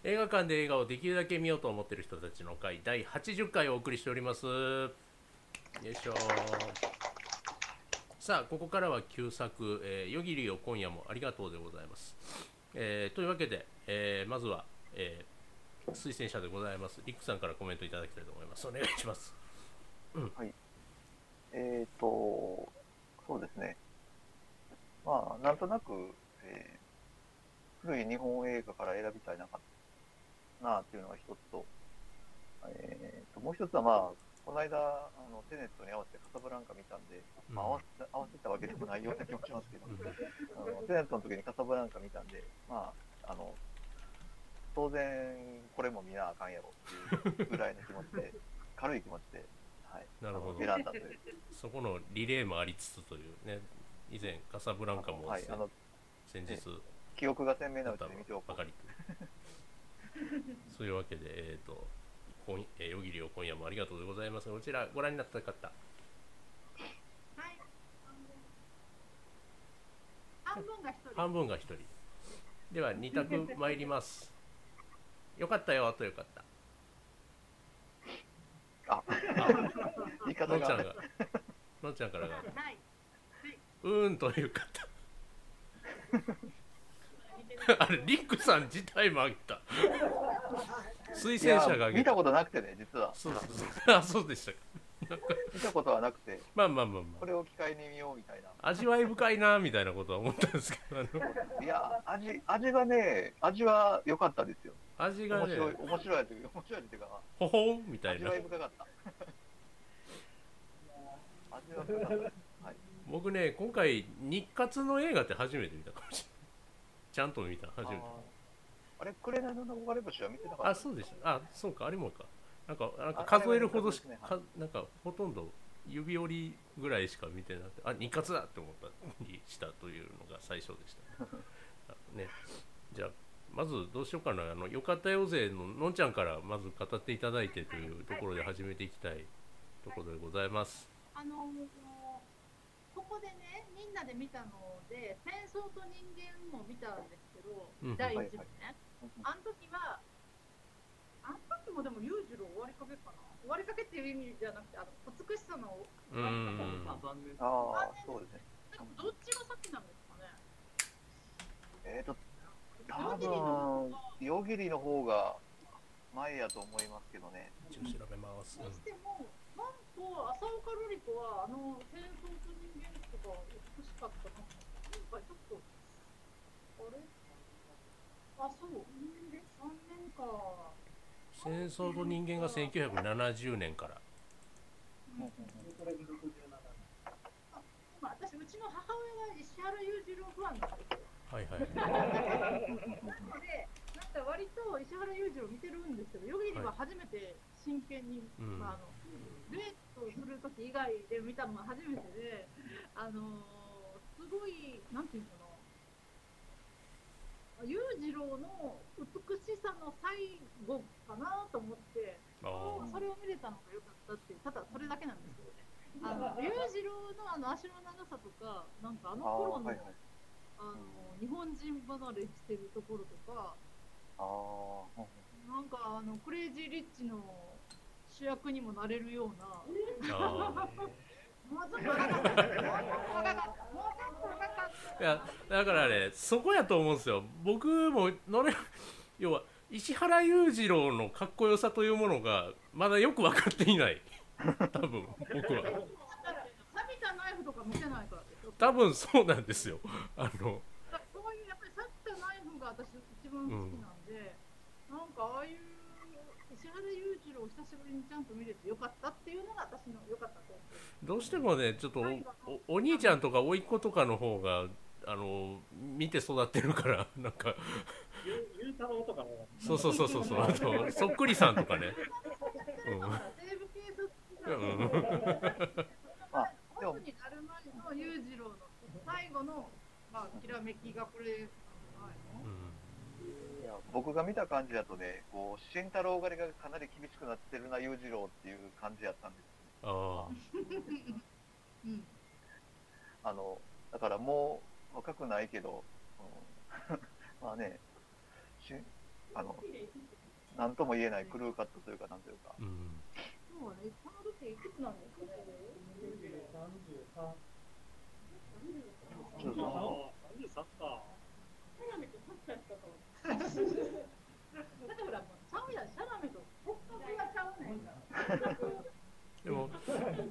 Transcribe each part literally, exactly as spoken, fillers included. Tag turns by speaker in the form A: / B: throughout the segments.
A: 映画館で映画をできるだけ見ようと思っている人たちの会だいはちじゅっかいをお送りしております。よいしょ。さあここからは旧作、えー、夜霧を今夜もありがとうでございます。えー、というわけで、えー、まずは、えー、推薦者でございますリックさんからコメントいただきたいと思います。お願いします。
B: うん、はい。えっ、ー、と、そうですね。まあ、なんとなく、えー、古い日本映画から選びたいなかなっていうのが一つと、えー、ともう一つは、まあ、この間、あのテネットに合わせてカサブランカ見たんで、まあ、合わせ合わせたわけでもないような気もしますけど、
A: うん
B: あのテネットの時にカサブランカ見たんで、まあ、あの当然、これも見なあかんやろっていうぐらいの気持ちで、軽い気持ちで、はい、
A: なるほど。
B: あの選んだという。
A: そこのリレーもありつつというね、以前カサブランカも、
B: はい、あの
A: 先日
B: 記憶が鮮明なうち
A: だった
B: に見ておこう。
A: ばかりとそういうわけで、えーと今えー、夜霧を今夜もありがとうございます。こちらご覧になった方、
C: はい、半分が一人。
A: 半分がひとりではに択参ります。よかったよとよかった。
B: あ、言い方が
A: のんちゃんがのんちゃんからが
C: はい。
A: うーんという方あれリックさん自体もあげた推薦者があげた。
B: 見たことなくてね、実は。
A: そうそうそうあ、そうでしたか。
B: 見たことはなくて、
A: まあまあまあま
B: これを機会に見ようみたいな。
A: あ味わい深いなみたいなことは思ったんですけど、あの
B: いや、味、味はね、味は良かったですよ。
A: 味がね
B: 面白い、面白いという、面白いというか、
A: ほほんみたい
B: 味
A: な。
B: わい深かった。味は深かったです。はい。
A: 僕ね今回日活の映画って初めて見たかもしれない。ちゃんと見た初めて。
B: あれ、紅の流れ星は見てなかった
A: あ、
B: ですか？
A: そうでした。あ、そうか、あれもか。なんか、なんか
B: あ、あれ
A: 数えるほどし
B: は日活ですね。はい。
A: か、なんかほとんど指折りぐらいしか見てなくて、あ、日活だって思ったりしたというのが最初でしたね。じゃあまずどうしようかな。あのよかったよ勢ののんちゃんからまず語っていただいてというところで始めていきたいところでございます。
C: あのー、ここでね、みんなで見たので、戦争と人間も見たんですけど、
A: うんうん、
C: だいいち部
B: はいはい。
C: ね。あの時は、あの時もでも裕次郎終わりかけかな。終わりかけっていう意味じゃなくて、あの美しさの終わりかけとか。
B: ああ、そうですね。
C: どっちが先なんですかね。
B: えっ、ー、と、多分、夜霧の方が前やと思いますけどね。
A: 一応調べます。
C: にしても、なんと浅岡瑠璃子はあの戦争と人間とか美しかったな。今回ちょっとあれ、あ、そう、さんねんか。
A: 戦争と人間がせんきゅうひゃくななじゅうねんから。
C: うん、今私うちの母親が石原裕次郎ファンなんですよ。
A: はいはい。
C: なのでなんか割と石原裕次郎見てるんですけど、夜霧は初めて真剣に、はい、まあ、あのデュエットする時以外で見たのが初めてで、あのー、すごいなんていうかな。裕次郎の美しさの最後かなと思って、それを見れたのが良かったっていう、ただそれだけなんですけどね。あの裕次郎のあの足の長さとか、なんかあの頃の、あ、はいはい、あの日本人離れしてるところとか、
B: あ
C: なんかあのクレイジー・リッチの主役にもなれるような。
A: あ
C: もうちょっと若かった。もうちょっと若かった。もうちょっと若かった。
A: いやだからねそこやと思うんですよ。僕ものれ要は石原裕次郎のかっこよさというものがまだよく分かっていない多分僕は。
C: 錆びたナイフとか見てないからですよ。
A: 多分そうなんですよ。あの
C: そういうやっぱり錆びたナイフが私一番好きなんで、うん、なんかああいう石原裕次郎を久しぶりにちゃんと見れてよかったっていうのが私のよかった点です。
A: どうしてもねちょっと お, お, お兄ちゃんとか甥っ子とかの方があの見て育ってるからなんか
D: ゆうたろうとかも
A: そうそうそうそうそうあとそっくりさんとかね。
C: うん。西部警察
A: うん。
C: オフになる前の裕次郎の最後のまあきらめきがこれなんじゃないの？
B: うん、いや僕が見た感じだとね、こう慎太郎狩りがかなり厳しくなってるな裕次郎っていう感じやったんです。
A: ああ。
C: うん。
B: あのだからもう若くないけど、うん、まあね、しあのなんとも言えないクルーカットというか、なんというか。
A: うん。
C: そうね、この時いくつなんですかね。
D: さんじゅうさん。
B: そうそう
D: さんじゅうさんか。
C: シャラメとサッカーしたと。だってほら、もうちゃうやん、シャラメと骨格がちゃうねん。
A: でも
C: さんじゅうさん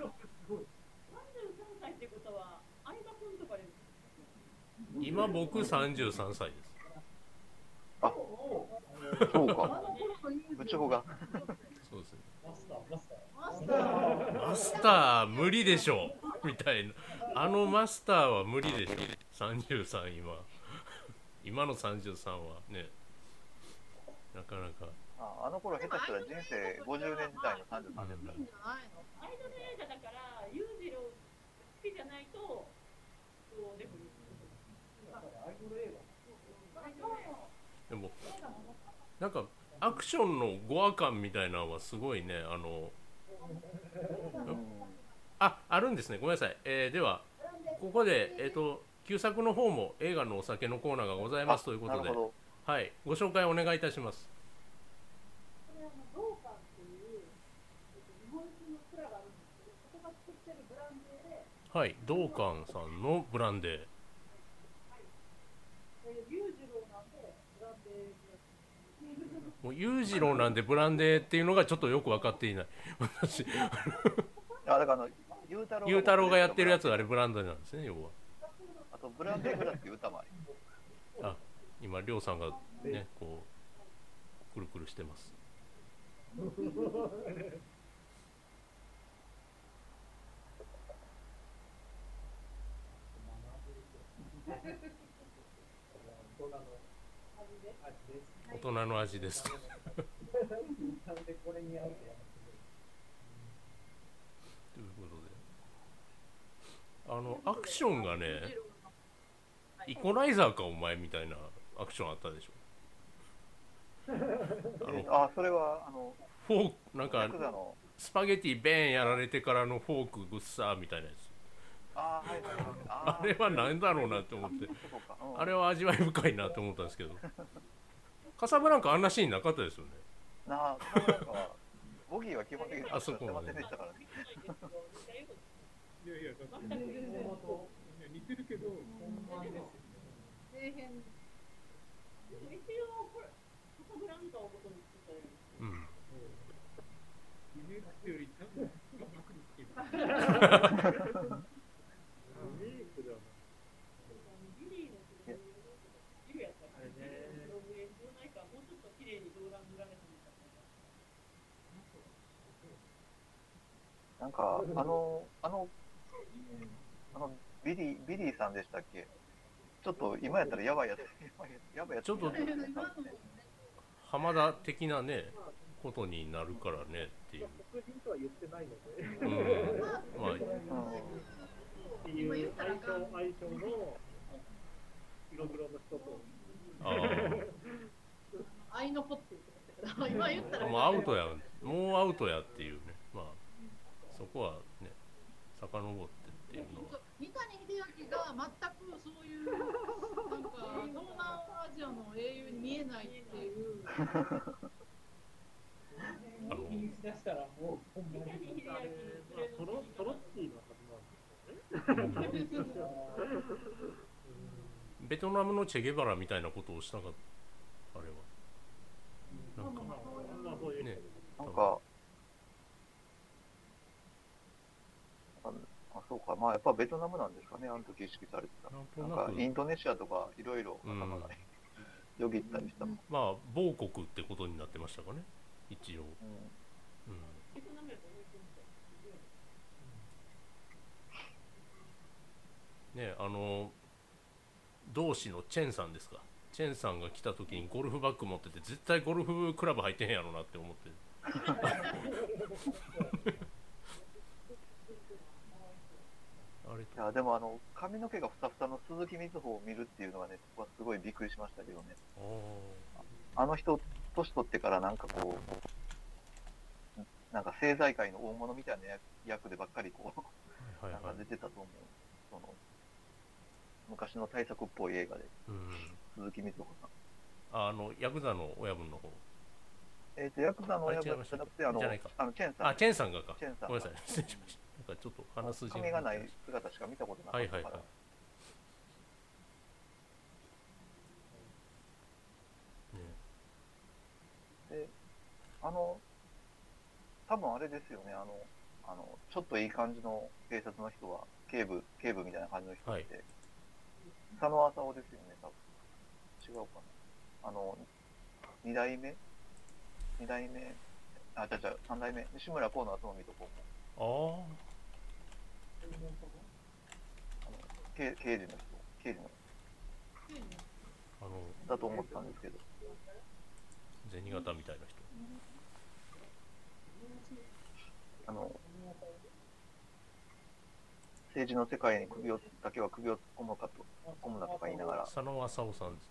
C: さいってことは、相葉君とかで。
A: 今僕さんじゅうさんさいです。
B: あ、そうか。部長が。
A: そうですね。
D: マスター、マスター。
C: マスター。
A: マスター無理でしょみたいな。あのマスターは無理でしょ。さんじゅうさん今。今のさんじゅうさんはね、なかなか。
B: ああの頃下手したら人生ごじゅうねん時代のさんじゅうさんですから。
C: いいんじゃないの？アイドル映画だから、裕次郎好きじゃないと、そうでもいい。
D: アイドル映画。
A: でもなんかアクションのゴア感みたいなのはすごいね。あのああるんですね。ごめんなさい。えー、ではここでえっ、ー、と旧作の方も映画のお酒のコーナーがございますということで、はい、ご紹介お願いいたします。
C: これあのドーカンっていう日本酒の蔵があるんですけど、そこが作ってるブランデーで、
A: はい、ドーカンさんのブランデー。
C: 裕次郎なんでブランデー。
A: もう裕次郎なんでブランデーっていうのがちょっとよく分かっていない私
B: あだからあのゆうたろう
A: ゆうたろうがやってるやつがあれブランドなんですね、要は。
B: あとブランデーグラっていう歌もあり
A: あ、今りょうさんがねこうくるくるしてます大人の味ですということで、あのアクションがね、イコライザーかお前みたいなアクションあったでしょ。
B: あのあそれはあの
A: フォークなんかスパゲティベーンやられてからのフォークグッサーみたいなやつ。
B: あ、はいはいはい、
A: あ, あれは何だろうなって思って、あれは味わい深いなと思ったんですけど、カサブランカあんなシーンなかったですよね。
B: なあ、カサブランカはボギーは基本的に
A: あそこ
B: ませんでしたからね。
D: いやいや、だって似てるけど本番ですよね。
C: 底辺。でも一応これカサブランカを元に作ったよ。
A: うん。
D: リメイクより多分がパクリつけた。リメイクだもん。
C: ビリーの時にいるやつだからね。ログエンドないかもうちょっと綺麗に動画見られてみたい
B: な。なんかあのあのあのビリービリーさんでしたっけ？ちょっと今やったらやばいやつやばいやつ。
A: ちょっと浜田的なねことになるからねっていう。
D: 黒人とは言ってないので。
A: うん。まあ。
D: っていう相性相性の色黒の人と。
A: あ
C: あ。アイノポって言ってましたけど、今言ったら。
A: もうアウトや、もうアウトやっていうね。まあそこはね、遡ってっていうのは。
C: 三谷秀明が全くそういうなんか東南アジアの英雄に見えないっていう。
A: あの
D: 気にしだしたらもうほんまにあれトロトロッティのはずなんですよね。
A: ベトナムのチェゲバラみたいなことをしたかったあれは。なんかね、
B: なんかあ、そうか、まあやっぱベトナムなんですかね、あの時意識されてた。なんかインドネシアとかいろいろ頭がね、よぎったりしたもん。
A: まあ某国ってことになってましたかね、一応。うん。ね、あの同志のチェンさんですか。チェンさんが来た時にゴルフバッグ持ってて絶対ゴルフクラブ入ってへんやろなって思ってあれい
B: やでもあの髪の毛がふさふさの鈴木瑞穂を見るっていうのはね、そこはすごいびっくりしましたけどね。あの人年取ってからなんかこうなんか政財界の大物みたいな役でばっかりこう、はいはいはい、なんか出てたと思う。その昔の大作っぽい映画で、うん、鈴木瑞穂さん。
A: あのヤクザの親分の方。
B: えっ、と、ヤクザの親分じゃなくて、あの、
A: じゃないか
B: あのチェンさん。
A: あ、チェンさんがか。
B: チェンさんが
A: ごめんなさい、失礼しました。なんかちょっと鼻筋
B: 髪がない姿しか見たことなかったから。
A: はいはいはい。ね、
B: で、あの、多分あれですよね、あの、あの、ちょっといい感じの警察の人は、警部、警部みたいな感じの人って、
A: はい
B: 佐野浅夫ですよね、多分。違うかな。あの、二代目二代目、あ、違う違う、三代目、西村河野後の水戸黄門。
A: ああ。
B: あの刑刑事の人、刑事の
A: あの、
B: だと思ったんですけど。
A: 銭形みたいな人。
B: あの、政治の世界に首をだけは首を突っ込むかと、突っ込むなとか言いながら。
A: 佐野浅夫さんです。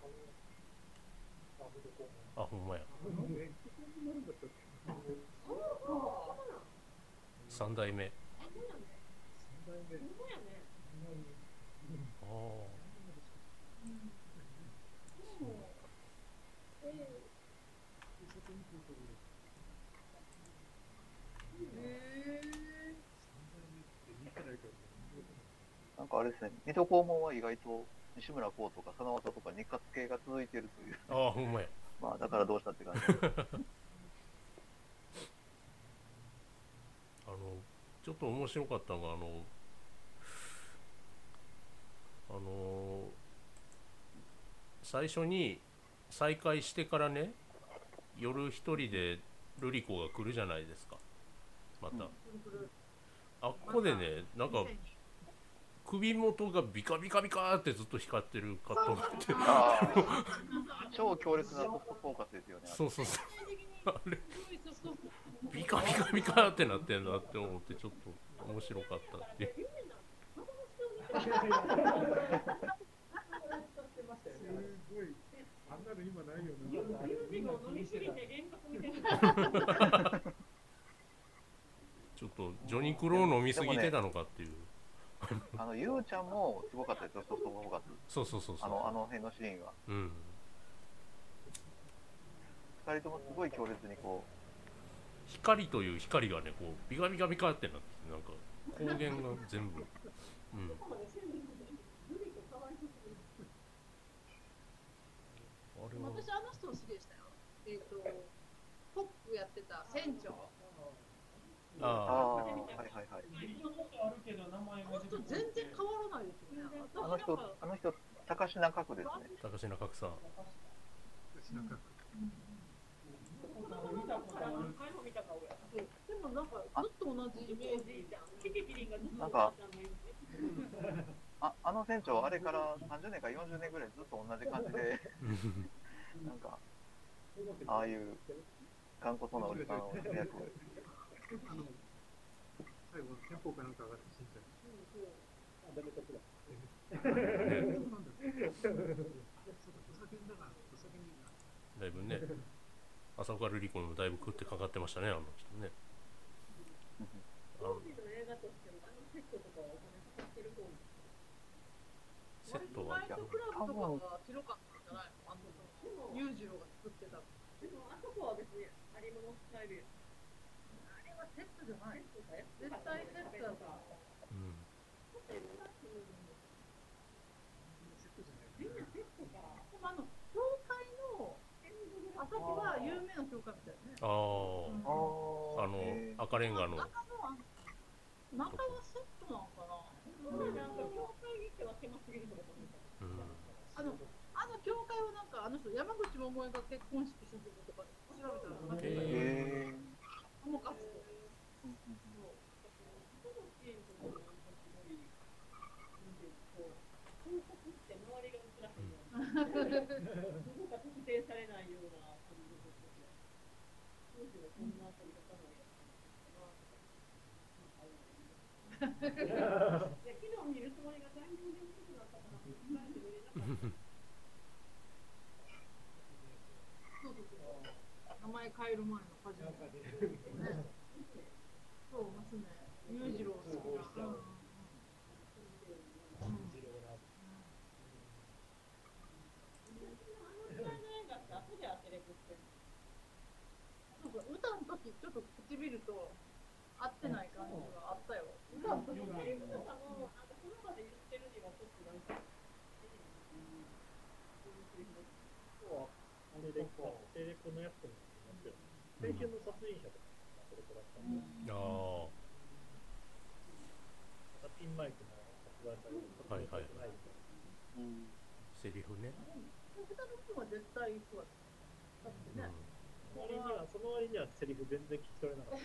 A: あ、ほんまや。三代目。ああ。
B: なんかあれですね、水戸黄門は意外と西村光とか佐野浅とか日活系が続いているという。
A: ああ、ほんまや。
B: まあだからどうしたって感じ。
A: あの、ちょっと面白かったのが、あの、あの最初に再会してからね、夜一人でルリ子が来るじゃないですか、また。あっこでね、なんか首元がビカビカビカってずっと光ってるカットがあって、
B: あ超強烈なソフトフォーカスですよね。
A: そうそうそう、あれビカビカビカってなってんなって思って、ちょっと面白かったっていう。
D: すごい。あんなの今ないよな。
A: ちょっとジョニー・クロー飲みすぎてたのかっていう。
B: あのゆうちゃんもすごかったですよ、ソフトフォーカス。
A: そうそうそうそう。
B: あのあの辺のシーンは。
A: うん。
B: 二人ともすごい強烈にこう。
A: 光という光がね、こうビカビカビカってなって、なんか光源が全部。うん。
C: 私あの人好きでしたよ。えっ、ー、とポップやってた船長。
B: ああ、はいはいはい。あ
C: の人全然変わらないですよね。
B: あの人、あの人、高階角ですね。
A: 高階角さん。
C: でもなんかずっと同じイメージ。
B: なんかあ、あの船長、あれからさんじゅうねんかよんじゅうねんぐらいずっと同じ感じで、なんか、ああいう頑固そうなおじさんを役を。
D: 最後、憲法かなんか上がって死んじゃう。ダメ得だ。
A: だいぶね、浅岡瑠璃子にもだいぶ食ってかかってましたね、あの人ね。当時の映画としても、あのセットとかはお金かかってる方に。セットは。
C: ナイトクラブとかは広かったんじゃないの？あそこの裕次郎が作ってた。でもあそこは別にありものスタイルや。あれはセットじゃない。絶対セットだと思う。うん。みんなセットか。でもあの教会のあそこは有名な教会みたいね。あ
A: あ、あの赤レンガの。
C: 中の中はセットなのかな。なんか教会にしては狭すぎるとか思った。あのあの教会はなんかあの人山口百恵が結婚式したとことか調べたら。へえ。もうかつて。どこか特定されないような感じで、当時はこんな撮り方なんや。昨日見るつもりが残業で遅くなったから考えて見れなかった。そうそうそう。名前変える前の初めて。そう、娘。裕次郎好きな。 時ちょっと唇と合ってない感じがあったよ。歌の時は。セリフとかもなんかその場で言ってるにはちょっとなんか。
D: あれでテレコのやつもありますよ。青春の殺人者とかそれとだったんで。
A: ああ。
D: ピンマイクの発売される。
A: はいはいはい。うん、セリフね。
C: 歌の人は絶対そうだったね。
D: その割にはその割にはセリフ全然聞き取れなかった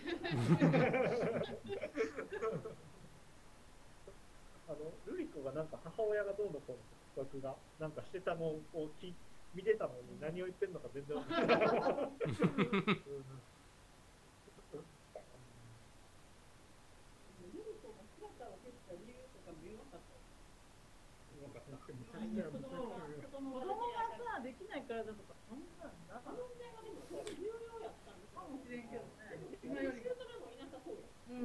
D: 。あのルリコがなんか母親がどうのこうの告白がなんかしてたのを聞見てたのに何を言ってるのか全然わからない。
C: 子供がさできない体とかそんなんだ。可能性がでもそういう有料やったんかもしれんけどね。今よりもいなさそうや。うん。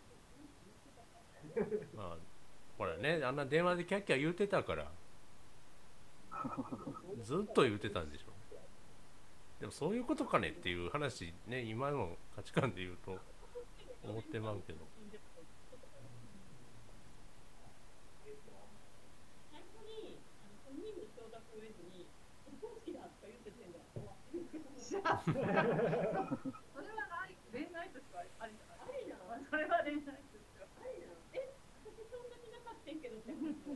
A: まあほらね、あんな電話でキャッキャ言うてたからずっと言うてたんでしょ。でもそういうことかねっていう話ね、今の価値観で言うと思ってまうけど。
C: それはない恋愛としてはありじゃない。それは恋愛としてはありなの。え、私そんなになかったんけどって。で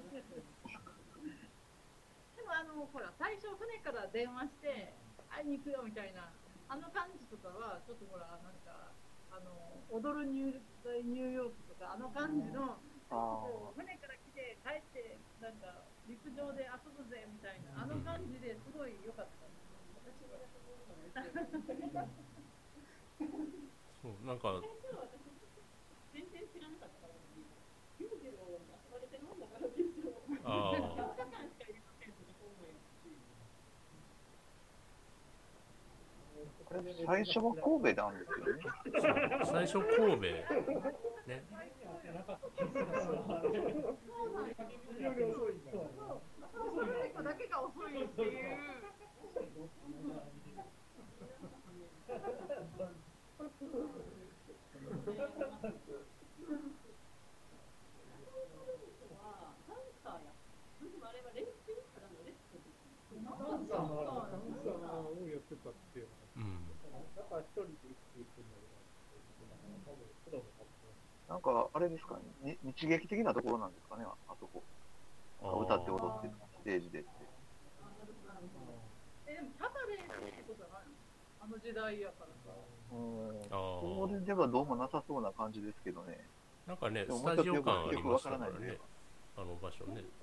C: もあのほら最初船から電話して会いに行くよみたいなあの感じとかはちょっとほらなんかあの踊るニューニューヨークとかあの感じの船から来て帰ってなんか陸上で遊ぶぜみたいなあの感じですごい良かった。
A: そうなんか
C: 全然知らなかったからユージローが遊ばれて飲んだからですよ。
A: ああ。
B: 最初は神戸なんですよね。
A: 最初神戸ね。
C: そうだけが遅いっていう。
B: なんかあれですかね、日劇的なところなんですかね、あそこ。歌って踊ってステージでって。
C: え、でもキャバレーってことじゃないの？あの時代やからさ。
B: うん。それではどうもなさそうな感じですけどね。
A: なんかね、スタジオ感ありましたからね、あの場所ね。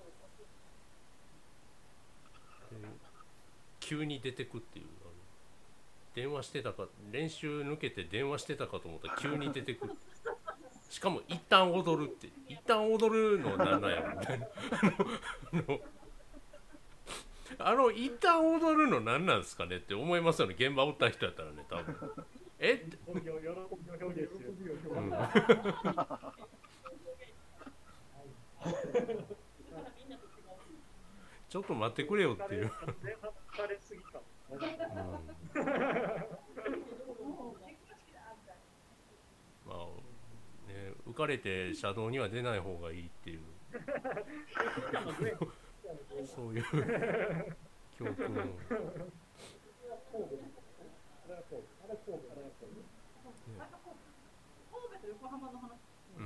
A: 急に出てくっていう、あの電話してたか、練習抜けて電話してたかと思ったら急に出てくる。しかも一旦踊るって、一旦踊るのなんなんやろみたいな。あの一旦踊るの何なんですかねって思いますよね、現場おった人やったらね、多分。えって。ちょっと待ってくれよっていう。まあね、浮かれて車道には出ない方がいいっていう。そういう教訓を。うん。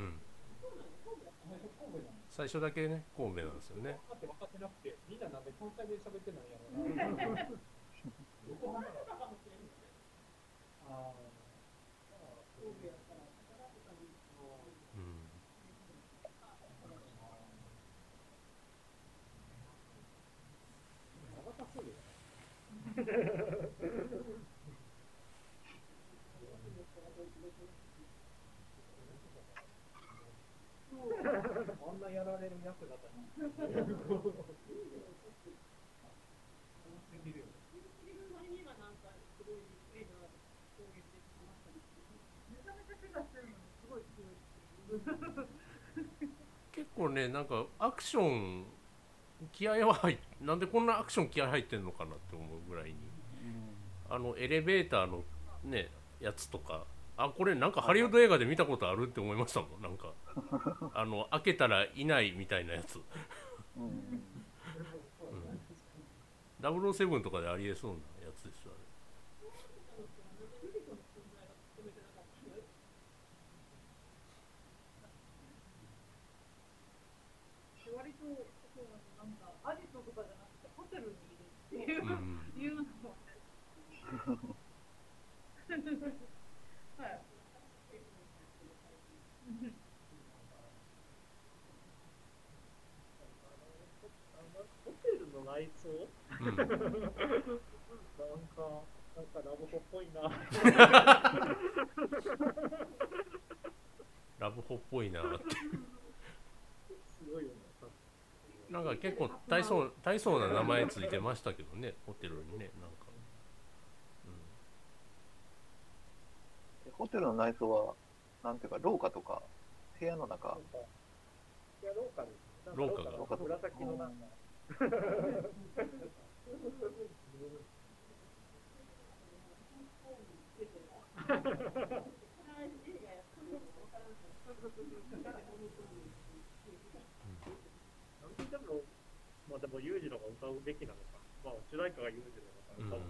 A: 最初だけね、神戸なんですよね。
D: 分かってなくて、みんななんで関西弁喋ってないんやろな。ああ。あんなやられる役だったの。
A: 結構ね、なんかアクション気合は入っなんでこんなアクション気合入ってんのかなって思うぐらいに、うん、あのエレベーターのねやつとか、あ、これなんかハリウッド映画で見たことあるって思いましたもん。なんかあの開けたらいないみたいなやつ、
B: うんうん
A: うん、ダブルオーセブンとかでありえそうなやつですよね。
C: 割とそうなんかアジトとかじゃなくてホテルにいるっていう、うん、いうのもはい。
D: ホテルの内装、うん、なんかなんかラブホっぽいな
A: ラブホっぽいなって
D: すごいよね。
A: なんか結構大層大層な名前ついてましたけどね、ホテルにね、なんか、
B: うん、ホテルの内装はなんていうか廊下とか部屋の中。
D: いや廊下ですね。
A: 廊下が
D: 廊下とか紫のなんかでも、まあでも裕次郎が歌うべきなのか、まあ主題歌が裕次郎が歌うのか、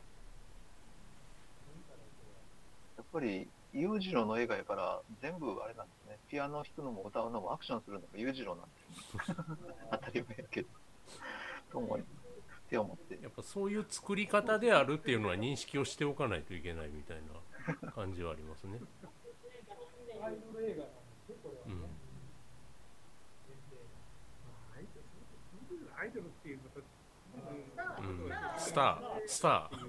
B: やっぱり裕次郎の映画やから全部あれなんですね。ピアノ弾くのも歌うのもアクションするのも裕次郎なんです当たり前やけどと思いって思って、
A: やっぱそういう作り方であるっていうのは認識をしておかないといけないみたいな感じはありますね。
D: アイドル映画なんですね、これはね。アイドルっていうこと、
A: うん、スター、スター、うん、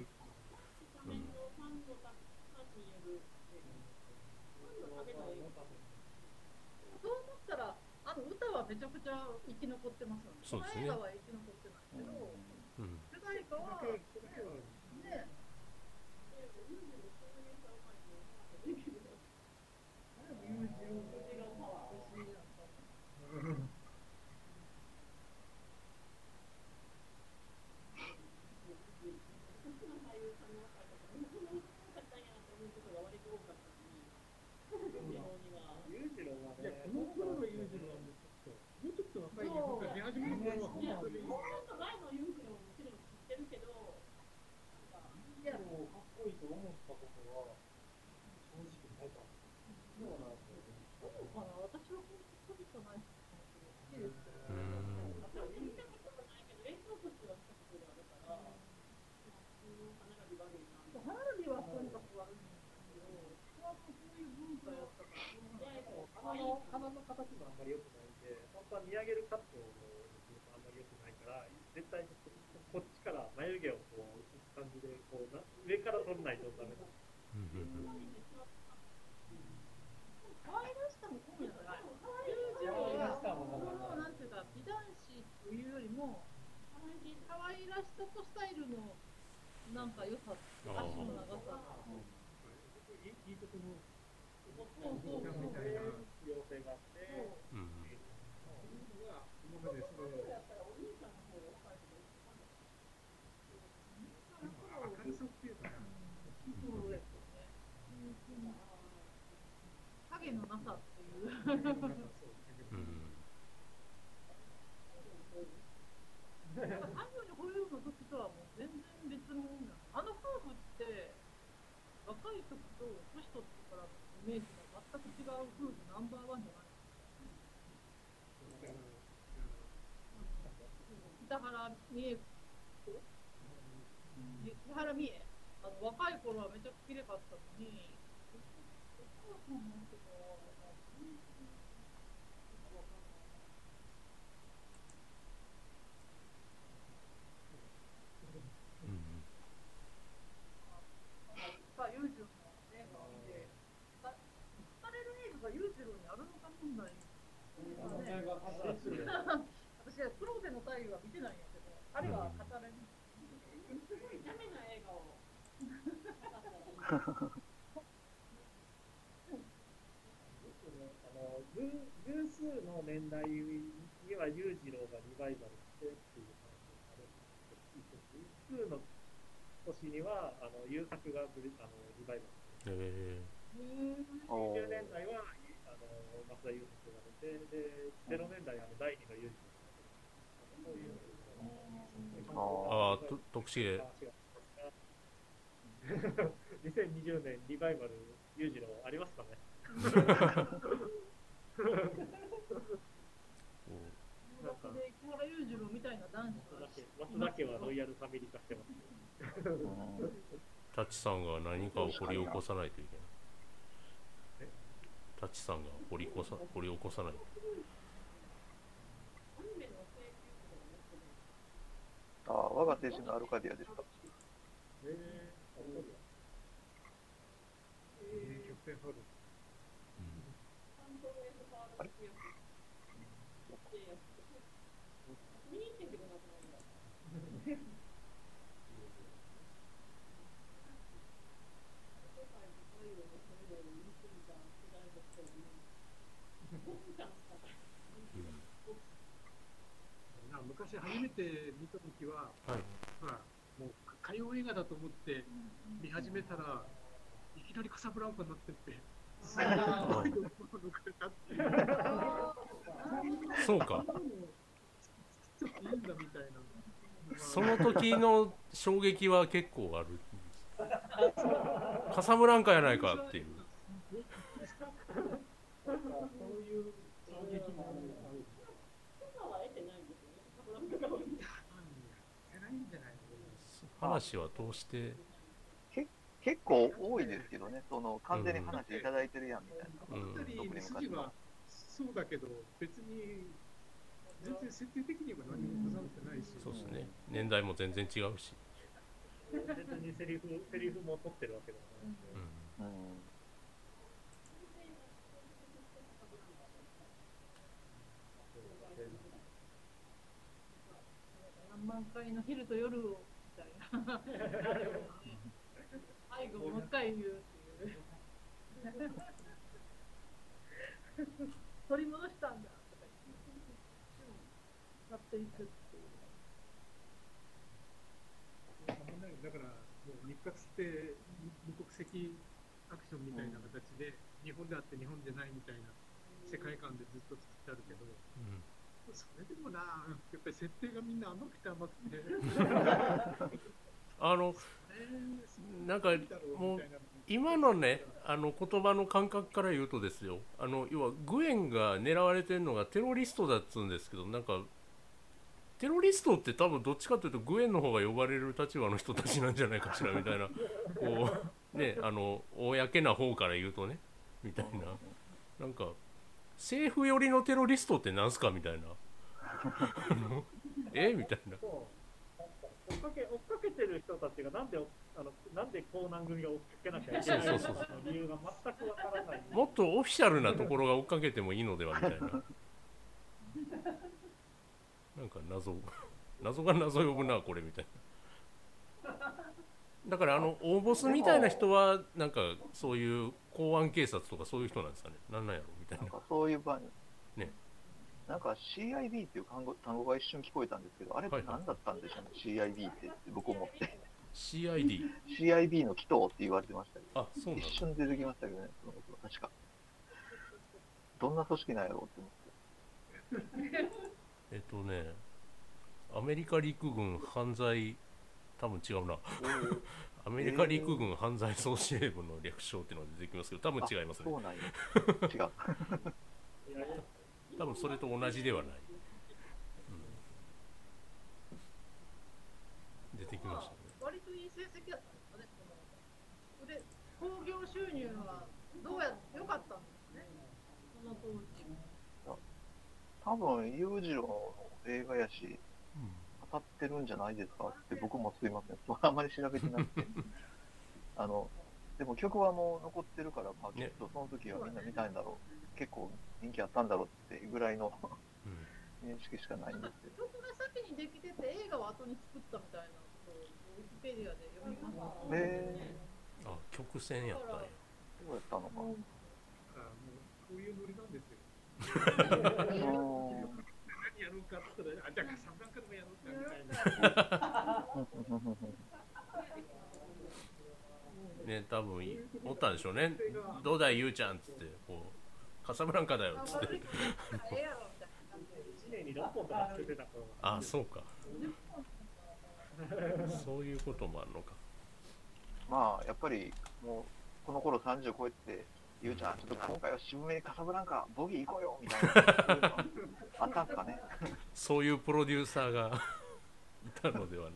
C: そう思ったらあの歌はめちゃくちゃ生き残ってますよね。
A: そうですね。
C: この映画は生き残ってないけど、うん、主題歌はね。
D: 鼻の形もあんまり良くないんで、本当は見上げるカットをするとあんまり良くないから、絶対こっちから眉毛をこう映す感じでこうな上から撮らないとダメだ。
C: 可愛らしさも込みじゃない。裕次郎はなんていうか美男子というよりも可愛らしさとスタイルのなんか良さ、足の長さ。
D: いいところ。
C: そうそうそう。
D: 要請があって、うん、今までそれを明るさっていうかな、
C: そうですよね。影のなさっていう。太陽にほえろ！の時とはもう全然別物なの。あの夫婦って若い時と年取ってからのイメージが全く違う夫婦ナンバーワンじゃないですか。北原美恵子、北原美恵、あの若い頃はめちゃくちゃ綺麗かったのに、お母さんなんていうのは裕次郎の映画を見て、語れる映画が裕次郎にあるのか問題、ね、私はプロフェの太陽は見てないんやけど、あれは語れる。ダメな映画を
D: 偶数の年代には裕次郎がリバイバルしてっていう話があるんですけど、偶数の年にはあの優作があのリバイバルして
A: え
B: お
D: きゅうねんだいはあの増田優作が出て、でゼロねんだいはあのだいにのユージそういう
A: ああと徳重
D: にせんにじゅうねんリバイバル裕次郎ありますかね
C: なんかで木原裕次郎みたいな男子が
D: 松田家はロイヤルファミリー化してます
A: タチさんが何かを掘り起こさないといけないタチさんが掘り起こさ掘り起こさないと
B: ああ、我が青春のアルカディアですか。
D: えー、あそうだえー、曲線ハード
B: あれ
E: 昔初めて見たときは、
A: はい、
E: ほらもう歌謡映画だと思って見始めたらいきなりカサブランカになってってすごい抜かれたっていう
A: そうか
E: ちょっといいんだみたいな
A: その時の衝撃は結構あるカサブランカやないかっていう
D: そういう衝撃もある
A: 話は通して
B: け結構多いですけどね、その完全に話いただいてるやんみたいな、
A: うん
E: 特に筋はそうだけど別に全然設定的には何も重なってないし、
A: そうですね年代も全然違うし
D: 全然にセリフセリフも取ってるわけだから、
B: うん、
C: 何万回の昼と夜をみたいな最後もう一回言うっていう取り戻したんだとか言ってなっていくっていう
E: だからもう日活って無国籍アクションみたいな形で、うん、日本であって日本じゃないみたいな世界観でずっと作ってあるけど、うんそれでもな、やっぱり設定がみんな甘くて甘くて
A: あのなんかもう今のねあの言葉の感覚から言うとですよあの要はグエンが狙われてるのがテロリストだっつうんですけどなんかテロリストって多分どっちかというとグエンの方が呼ばれる立場の人たちなんじゃないかしらみたいなこうねあの公な方から言うとねみたいななんか政府寄りのテロリストってなんすかみたいなえみたいな
D: 追っかけ追っかけてる人たちがなんであのなんで江南組が追っかけなきゃいけないのかの理由が全くわからない
A: もっとオフィシャルなところが追っかけてもいいのではみたいななんか謎謎が謎呼ぶなこれみたいなだからあの大ボスみたいな人はなんかそういう公安警察とかそういう人なんですかねなんなんやろみたいな
B: なんかそういう場合
A: ね
B: なんか シーアイビー っていう単語、単語が一瞬聞こえたんですけど、あれって何だったんでしょうね、はいはい、シーアイビー ってって僕思って。
A: シーアイディー?
B: シーアイビー の祈祷って言われてましたけど、
A: あ、そうなんだ。
B: 一瞬出てきましたけどね、そのことは確か。どんな組織なんやろうって思って。
A: えっとね、アメリカ陸軍犯罪、多分違うな。アメリカ陸軍犯罪総司令部の略称っていうのが出てきますけど、多分違いますね。
B: そうなんや。違う。
A: 多分それと同じではない、うん、出てきましたね。
C: 割といい成績だったんですかね。こので興行収入はどうや良かったんですね。その当時。
B: 多分裕次郎の映画やし、うん、当たってるんじゃないですかって僕もすいません。あんまり調べてなくて。あのでも曲はもう残ってるから、まあ、きっとその時はみんな見たいんだろう。ね、結構人気あったんだろうってぐらいの、うん、認識しかないんですけど。
C: 曲が先にできてて映画を後に作ったみたいなことをウィキペディアで読みました。
B: へ
A: ーあ、曲線やったんや。
B: そうやったのか。
E: うん、あもうこういうノリなんですよ。何やろうかって言ったら、あ、じゃあサブランカでもやろうかみたいな。
A: ね多分おったんでしょうね。どうだいゆうちゃんっつってこうカサブランカだよっつって。
D: いちねんにろっぽんとか作ってた頃。
A: ああそうか。そういうこともあるのか。
B: まあやっぱりもうこの頃さんじゅう超えてゆうちゃんちょっと今回は渋めにカサブランカボギー行こうよみたいなあったんすかね。
A: そういうプロデューサーがいたのではない。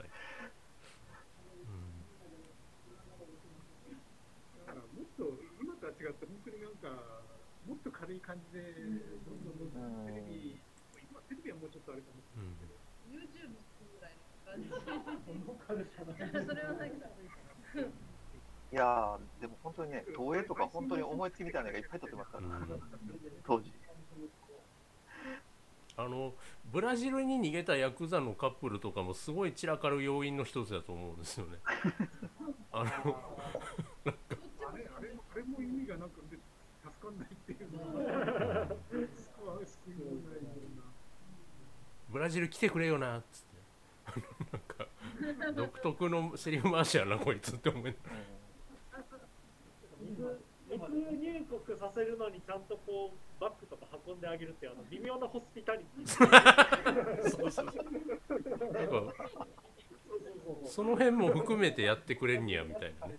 E: だからもっと今とは違って本当になんかもっと軽い感じでどんどんどんどんテレビ、今テレビはもうちょっとあれかもしれないけど、
C: YouTube ぐらいの感じ。それはないか。
B: いやーでも本当にね東映とか本当に思いつきみたいなのがいっぱい撮ってますから、うん、当時。
A: あのブラジルに逃げたヤクザのカップルとかもすごい散らかる要因の一つだと思うんですよね。あのなんか
E: あれあれあれも意味がなくて助かんないっていうのは救いもないような。
A: ブラジル来てくれよなっつってなんか独特のセリフ回しやなこいつって思いながら。
D: 密入国させるのにちゃんとこうバッグとか運んであげるっていうあの微妙なホスピタリティ。
A: そうそうそう。なんかその辺も含めてやってくれんにやみたいなね。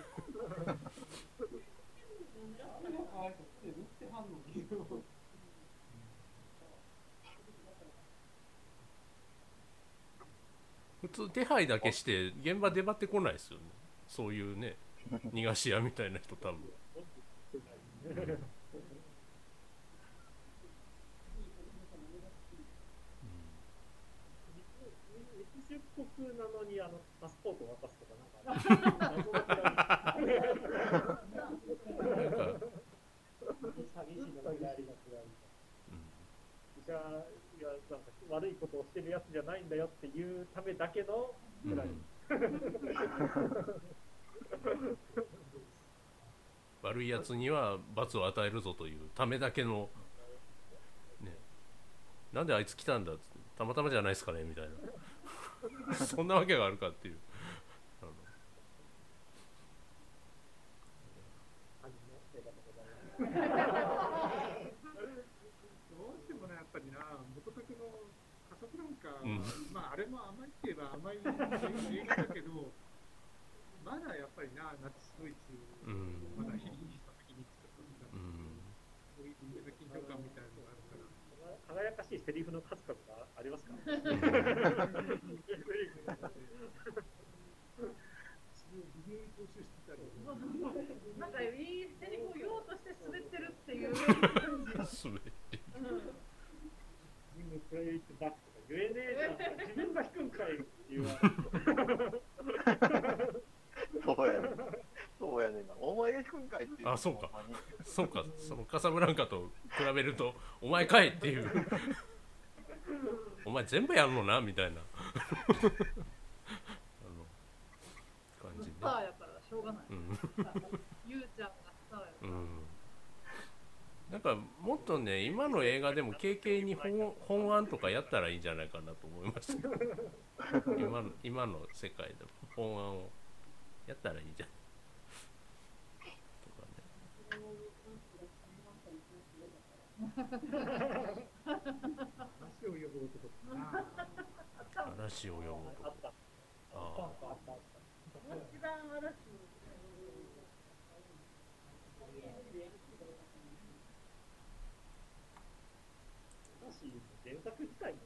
A: 普通手配だけして現場出張ってこないですよね。そういうね逃がし屋みたいな人多分。うん、
D: 密出国なのにあのパスポートを渡すとかなんか寂しいのがありますが、じゃあいやなんか悪いことをしてるやつじゃないんだよっていうためだけのぐらい。
A: 悪いやつには罰を与えるぞというためだけの、ね、なんであいつ来たんだってたまたまじゃないですかねみたいなそんなわけがあるかっていうあの
E: どうしてもねやっぱりな元々のカサブランカは、うん、まああれも甘いって言えば甘い映画だけどまだやっぱりなナチスドイツ、うん、まだヒリヒリした時に作ったんだ、うん、そういう緊張感みたいなのがあるから
D: 輝かしいセリフの数々がありますか
C: なんかいいセリフを言おうとして滑ってるっていう
A: 滑ってる
D: 自分プライベートバックとか言えねえじゃん自分が弾くんかいっていう
B: そうやねそうやねお前が弾くんかいっていう。
A: あそうかそうかそのカサブランカと比べるとお前かいっていうお前全部やるのなみたいなあの感じで、
C: スターやからしょうがない、うん、ゆうちゃんがスターやから、うん、
A: なんかもっとね今の映画でも軽々に 本, 本案とかやったらいいんじゃないかなと思いました今の今の世界でも本案をやったらいいじゃん
E: 嵐を呼ぶ男
A: 嵐を呼ぶ男ああ
C: 一番嵐
D: 原作自体も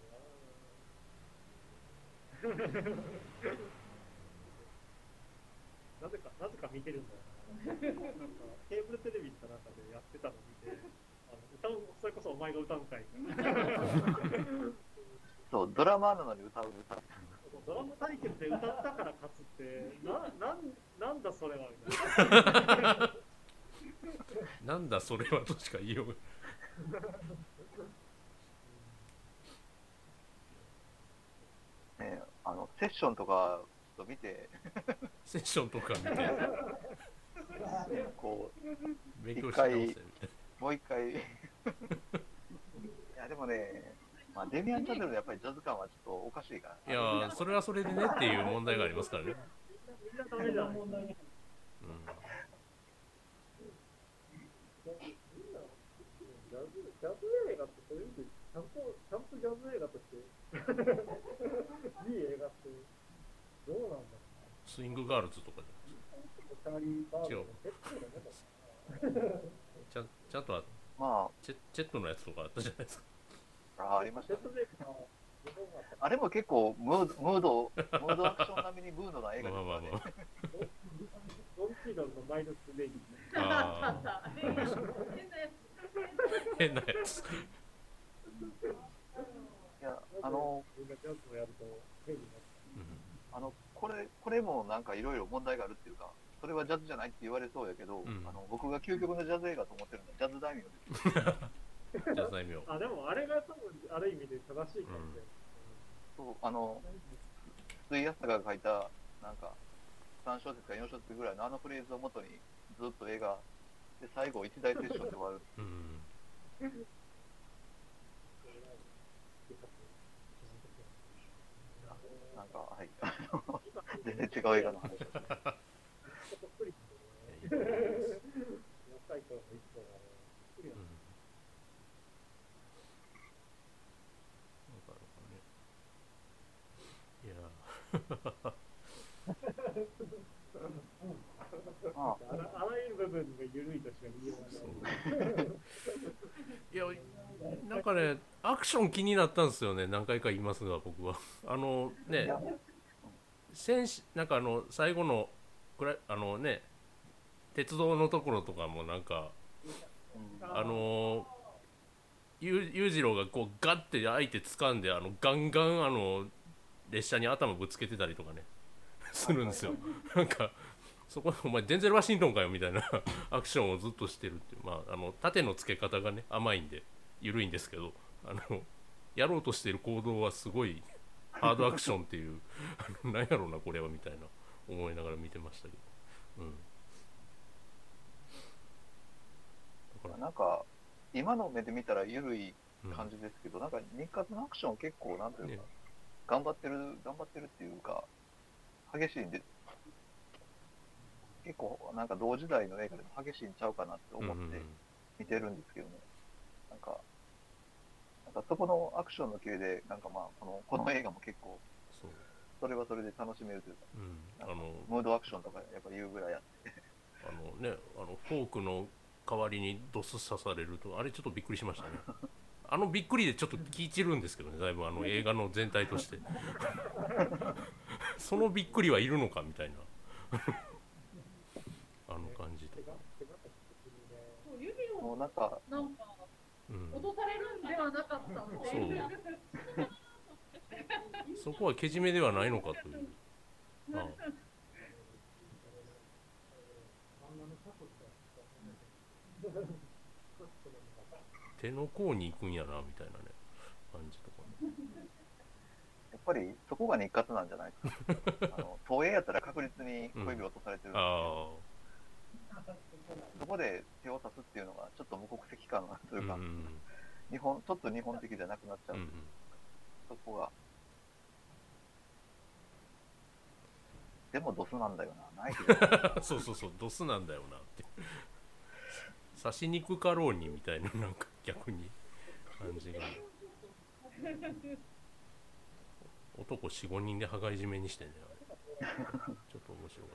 D: ななぜかなぜか見てるんだよな。なんかケーブルテレビかなんかでやってたのを見てあの歌うそれこそお前が歌うんかい
B: そうドラマなのに歌う歌う
D: ドラマ対決で歌ったから勝つってななんなんだそれはみたいな
A: なんだそれはとしか言いようが
B: ね、あのセッションとかちょっと見て
A: セッションとか見て
B: こ
A: う勉強し直せみたいな
B: もう一回いやでもね、まあ、デミアン・チャゼルのやっぱりジャズ感はちょっとおかしいから、
A: いやそれはそれでねっていう問題がありますからね、うんグガールズとかじゃ違うちゃんちゃんとあ
B: ま
A: チェチェットのやつとかあったじゃないですか。
B: あ、あありましたね。あれも結構ムード、ムード、ムードアクション並みにムードな映画ですからね。
A: まあまあまあ
D: ドンチーノのマイナスネギ
A: あ
C: あ変なやつ
A: 変なやつ
B: いや、あの、
D: みんなジャズをやると変になる。
B: あの、これ、これもなんかいろいろ問題があるっていうか、それはジャズじゃないって言われそうやけど、
A: うん
B: あの僕が究極のジャズ映画と思ってるのはジャズ大名です。
A: ジャズ大名
D: あ、でもあれが多分ある意味で正しいかもしれない。
B: そう、あの、筒井康隆が書いた、なんか、さん小節かよん小節ぐらいのあのフレーズをもとにずっと映画で最後一大セッションで終わる。
A: うん
B: なんか、はい。全然違う映画の話。
A: いや
B: ああ
D: あらあらゆる部分が緩いとしか言いようがない。
A: いやなんかねアクション気になったんですよね。何回か言いますが僕はあのね戦士なんかあの最後のくらあのね鉄道のところとかもなんかあのゆ裕次郎がこうガッて相手掴んであのガンガンあの列車に頭ぶつけてたりとかねするんですよ。なんかそこお前デンゼル・ワシントンかよみたいなアクションをずっとしてるっていう、まあ、あの縦の付け方がね甘いんで緩いんですけど、あのやろうとしている行動はすごいハードアクションっていうあの何やろうなこれはみたいな思いながら見てましたけど、うん、だから
B: なんか、今の目で見たら緩い感じですけど、うん、なんか日活のアクション結構なんというか、ね、頑張ってる頑張ってるっていうか激しいんで結構なんか同時代の映画でも激しいんちゃうかなって思って見てるんですけどね、うんうん、なんかなんかそこのアクションの系でなんかまあこのこの映画も結構
A: そう
B: それはそれで楽しめるというか、
A: うん、あの
B: ムードアクションとかやっぱ言うぐらいあって
A: あのねあのフォークの代わりにドス刺されるとあれちょっとびっくりしましたね。あのびっくりでちょっと聞いちるんですけどね、だいぶあの映画の全体としてそのびっくりはいるのかみたいなあの感じとか
B: もうなんか
C: なんか脅されるんではなかったので、
A: うん、そうそこはけじめではないのかという、ああ手の甲に行くんやなみたいなね感じとかね。
B: やっぱりそこが日活なんじゃないですか。あの東映やったら確実に小指を落とされてるんですけど、うん、そこで手を刺すっていうのがちょっと無国籍感がというか、うん、日本ちょっと日本的じゃなくなっちゃうんで、うん、そこがでもドスなんだよな、ないけど
A: そうそうそうドスなんだよなって刺し肉かろうにみたいななんか逆に感じが男 よん,ご 人で羽交い締めにしてねあれちょっと面白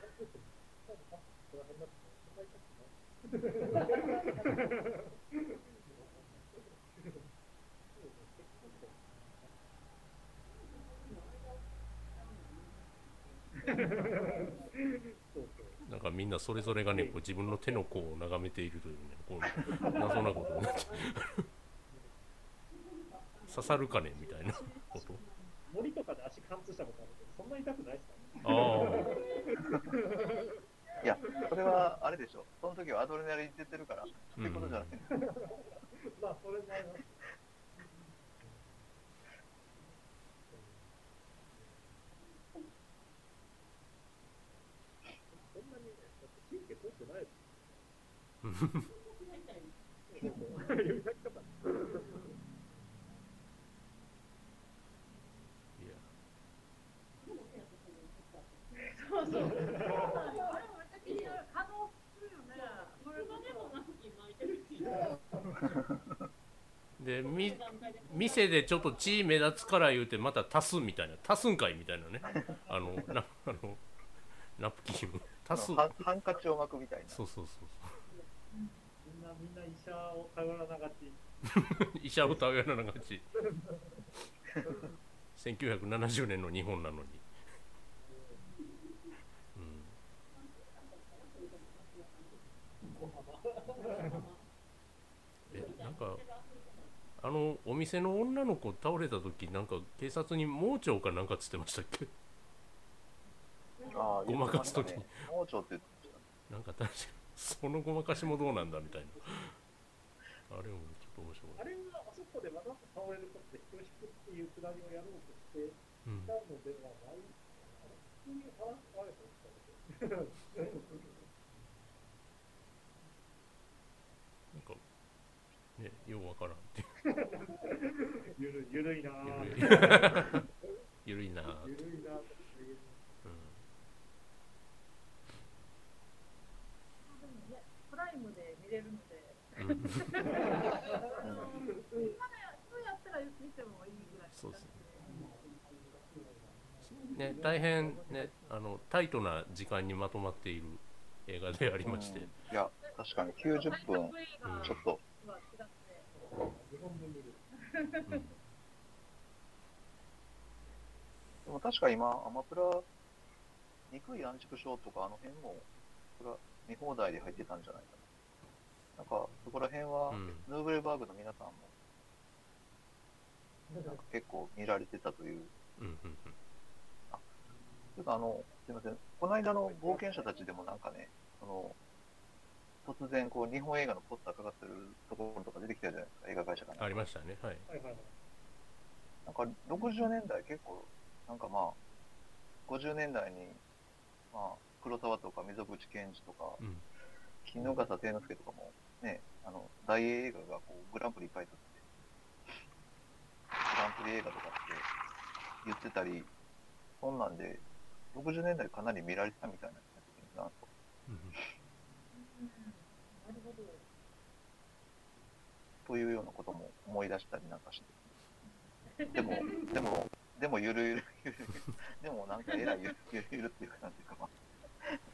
A: いなんかみんなそれぞれがねこう自分の手の甲を眺めているというねこう謎なことになって刺さるかねみたいなこと
D: 森とかで足貫通したことあるけどそんな痛くないですかね。
B: ああいやそれはあれでしょ、その時はアドレナリン出てるからっていうことじゃない、うん、
D: まあそれもあります。そんなに神経通ってないです
C: そうそう。可能するよね。それがでもナフキン巻いてるっていう。
A: でみ店でちょっと血目立つから言うてまた足すみたいな足すんかいみたいなねあのなあのナプキン
B: あ
A: 足す。
B: のハンハンカチを巻くみたいな。
A: そうそうそう
D: みんなみんな医者を頼らながち。
A: 医者を頼らながち。せんきゅうひゃくななじゅうねんの日本なのに。うん、えなんかあのお店の女の子倒れた時なんか警察に盲腸かなんかつってましたっけ？
B: あー
A: ごまかす時に
B: 言ってましたね盲腸って言ってました。
A: なんか確かにそのごまかしもどうなんだみたいな。あれもちょっと面白い。
D: あれはあそこでわざと倒れることで人を引くっていうくだりをやろうとして
A: うん
D: いたのではない。普通に話すあれとしたので。
A: なんかね、ようわからんっていう
D: ゆるゆるいなぁ。
A: ゆるいゆるいなぁ。
D: ゆるいなぁ。
C: でもね、プライムで見れるので、
A: うん、
C: 今のやったら見てもいいぐらい。
A: そうですね。ね、大変ね、あのタイトな時間にまとまっている映画でありまして、
B: うんいや、確かにきゅうじゅっぷんちょっと。
A: うん、
B: でも確か今、アマプラ、憎い安畜ショーとかあの辺も、これは見放題で入ってたんじゃないかな。なんか、そこら辺は、
A: うん
B: ヌーブルバーグの皆さんも、なんか結構見られてたという。
A: うんうん
B: ちょっとあの、すいません、この間の冒険者たちでもなんかね、その、突然こう日本映画のポスターかかってるところとか出てきたじゃないですか、映画会社か
A: うん、
B: ら。
A: ありましたね。はい。
D: はいはいはい。
B: なんかろくじゅうねんだい結構、なんかまあ、ごじゅうねんだいに、まあ、黒沢とか溝口健二とか、
A: うん、
B: 衣笠貞之助とかも、ね、あの、大映画がこうグランプリいっぱい取って、グランプリ映画とかって言ってたり、そんなんで、ろくじゅうねんだいかなり見られてたみたいななと。
A: うん
C: なるほど。
B: というようなことも思い出したりなんかして。でも、でも、でもゆるゆる、ゆるゆるでもなんかえらいゆるゆるゆるっていうかなんていうか、まあ、
A: ね、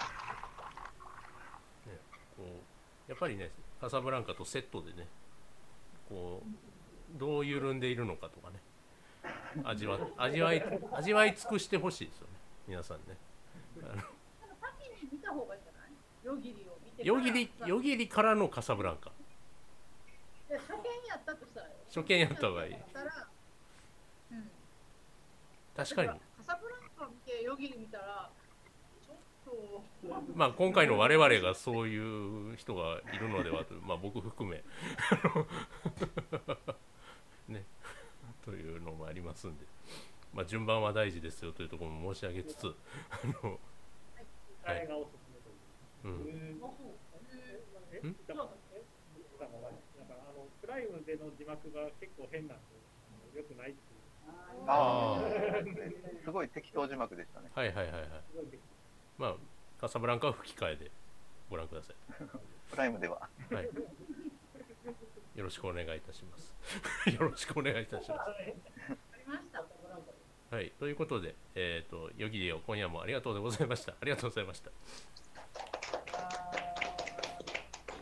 A: こうやっぱりね、カサブランカとセットでね、こうどう緩んでいるのかとかね、味わ味わい味わい尽くしてほしいですよね、皆さんね。あの
C: 先に見た方がいいんじゃない？夜霧を見てから。
A: 夜霧夜霧からのカサブランカ。
C: いや初見やったとしたらよ。
A: 初見やった方がいい。
C: 初見やったらうん。
A: 確かに。
C: カサブランカ見て夜霧見たらちょっと。
A: まあ今回の我々がそういう人がいるのではと、まあ僕含めねというのもありますんで、まあ順番は大事ですよというところも申し上げつつ、あの
D: あれがおすすめという。
A: うん
D: ええ
A: ん
D: だからえだからだからあのプライムでの字幕が結構変なんで良くないっていう。
B: ああ、すごい適当字幕でしたね。
A: はいはいはいはい。
D: すごい適
A: まあカサブランカは吹き替えでご覧くださ
B: プライムでは。
A: い。はい。よろしくお願いいたします。よろしくお願いいたします。
C: ありました。
A: はい、ということで、えっと、夜霧を今夜もありがとうございました。ありがとうございました。